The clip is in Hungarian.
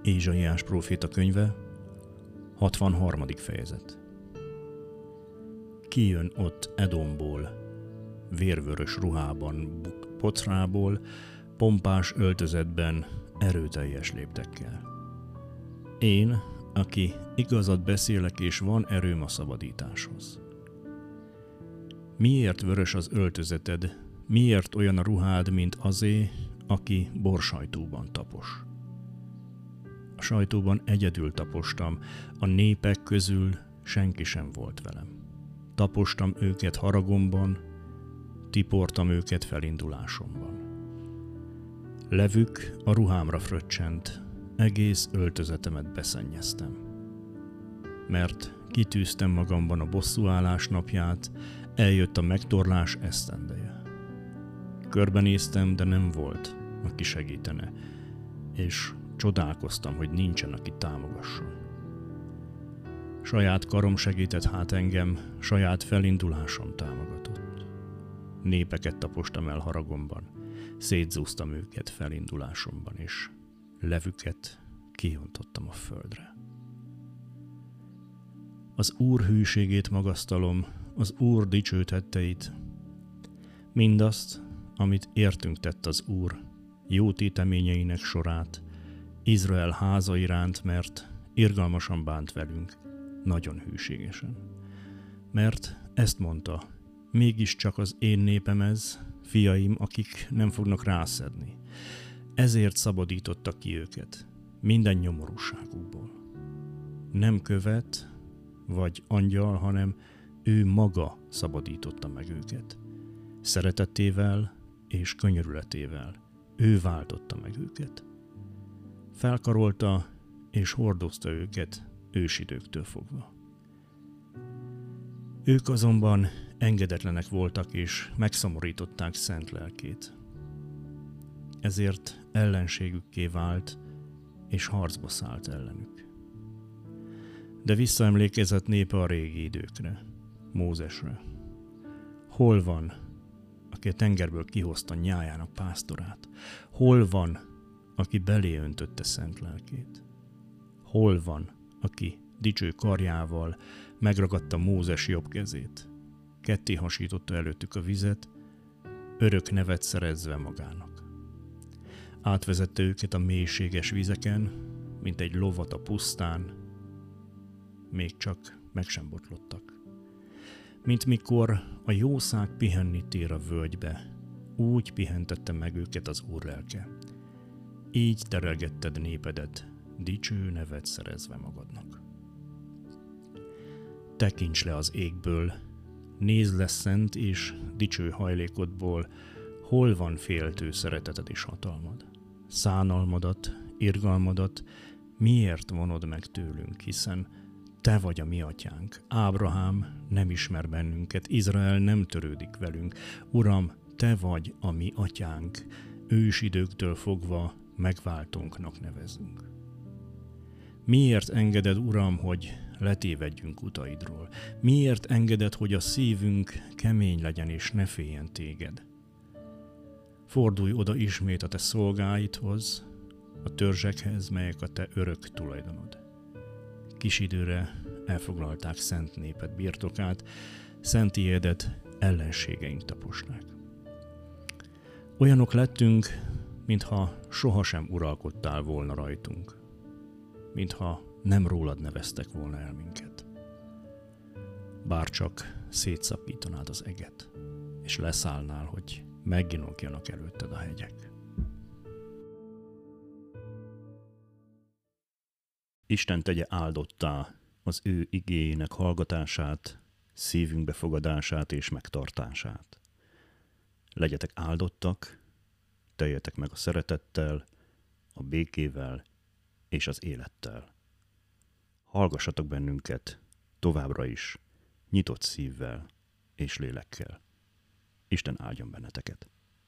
Ézsaiás próféta könyve, 63. fejezet. Kijön ott Edomból, vérvörös ruhában, pocrából, pompás öltözetben, erőteljes léptekkel. Én, aki igazat beszélek, és van erőm a szabadításhoz. Miért vörös az öltözeted, miért olyan a ruhád, mint azé, aki borsajtóban tapos? A sajtóban egyedül tapostam, a népek közül senki sem volt velem. Tapostam őket haragomban, tiportam őket felindulásomban. Levük a ruhámra fröccsent, egész öltözetemet beszennyeztem. Mert kitűztem magamban a bosszúállás napját, eljött a megtorlás esztendeje. Körbenéztem, de nem volt, aki segítene, és csodálkoztam, hogy nincsen, aki támogasson. Saját karom segített hát engem, saját felindulásom támogatott. Népeket tapostam el haragomban, szétzúztam őket felindulásomban, és levüket kihontottam a földre. Az Úr hűségét magasztalom, az Úr dicső tetteit, mindazt, amit értünk tett az Úr, jó téteményeinek sorát, Izrael háza iránt, mert irgalmasan bánt velünk, nagyon hűségesen. Mert ezt mondta, mégiscsak az én népem ez, fiaim, akik nem fognak rászedni. Ezért szabadította ki őket, minden nyomorúságukból. Nem követ, vagy angyal, hanem ő maga szabadította meg őket. Szeretetével és könyörületével ő váltotta meg őket. Felkarolta és hordozta őket ősidőktől fogva. Ők azonban engedetlenek voltak és megszomorították szent lelkét. Ezért ellenségükké vált és harcba szállt ellenük. De visszaemlékezett népe a régi időkre, Mózesre. Hol van, aki a tengerből kihozta nyájának pásztorát? Hol van, aki belé öntötte szent lelkét? Hol van, aki dicső karjával megragadta Mózes jobb kezét, ketté hasította előttük a vizet, örök nevet szerezve magának. Átvezette őket a mélységes vizeken, mint egy lovat a pusztán, még csak meg sem botlottak. Mint mikor a jószág pihenni tér a völgybe, úgy pihentette meg őket az Úr lelke. Így terelgetted népedet, dicső nevet szerezve magadnak. Tekints le az égből, nézd le szent és dicső hajlékodból, hol van féltő szereteted és hatalmad. Szánalmadat, irgalmadat miért vonod meg tőlünk, hiszen te vagy a mi atyánk. Ábrahám nem ismer bennünket, Izrael nem törődik velünk. Uram, te vagy a mi atyánk, ősidőktől fogva megváltónknak nevezünk. Miért engeded, Uram, hogy letévedjünk utaidról? Miért engeded, hogy a szívünk kemény legyen és ne féljen téged? Fordulj oda ismét a te szolgáidhoz, a törzsekhez, melyek a te örök tulajdonod. Kis időre elfoglalták szent néped birtokát, szent ijedet ellenségeink taposnák. Olyanok lettünk, mintha sohasem uralkodtál volna rajtunk, mintha nem rólad neveztek volna el minket. Bárcsak szétszakítanád az eget, és leszállnál, hogy megginokjanak előtted a hegyek. Isten tegye áldottá az ő igéjének hallgatását, szívünk befogadását és megtartását. Legyetek áldottak, teljetek meg a szeretettel, a békével és az élettel. Hallgassatok bennünket továbbra is, nyitott szívvel és lélekkel. Isten áldjon benneteket!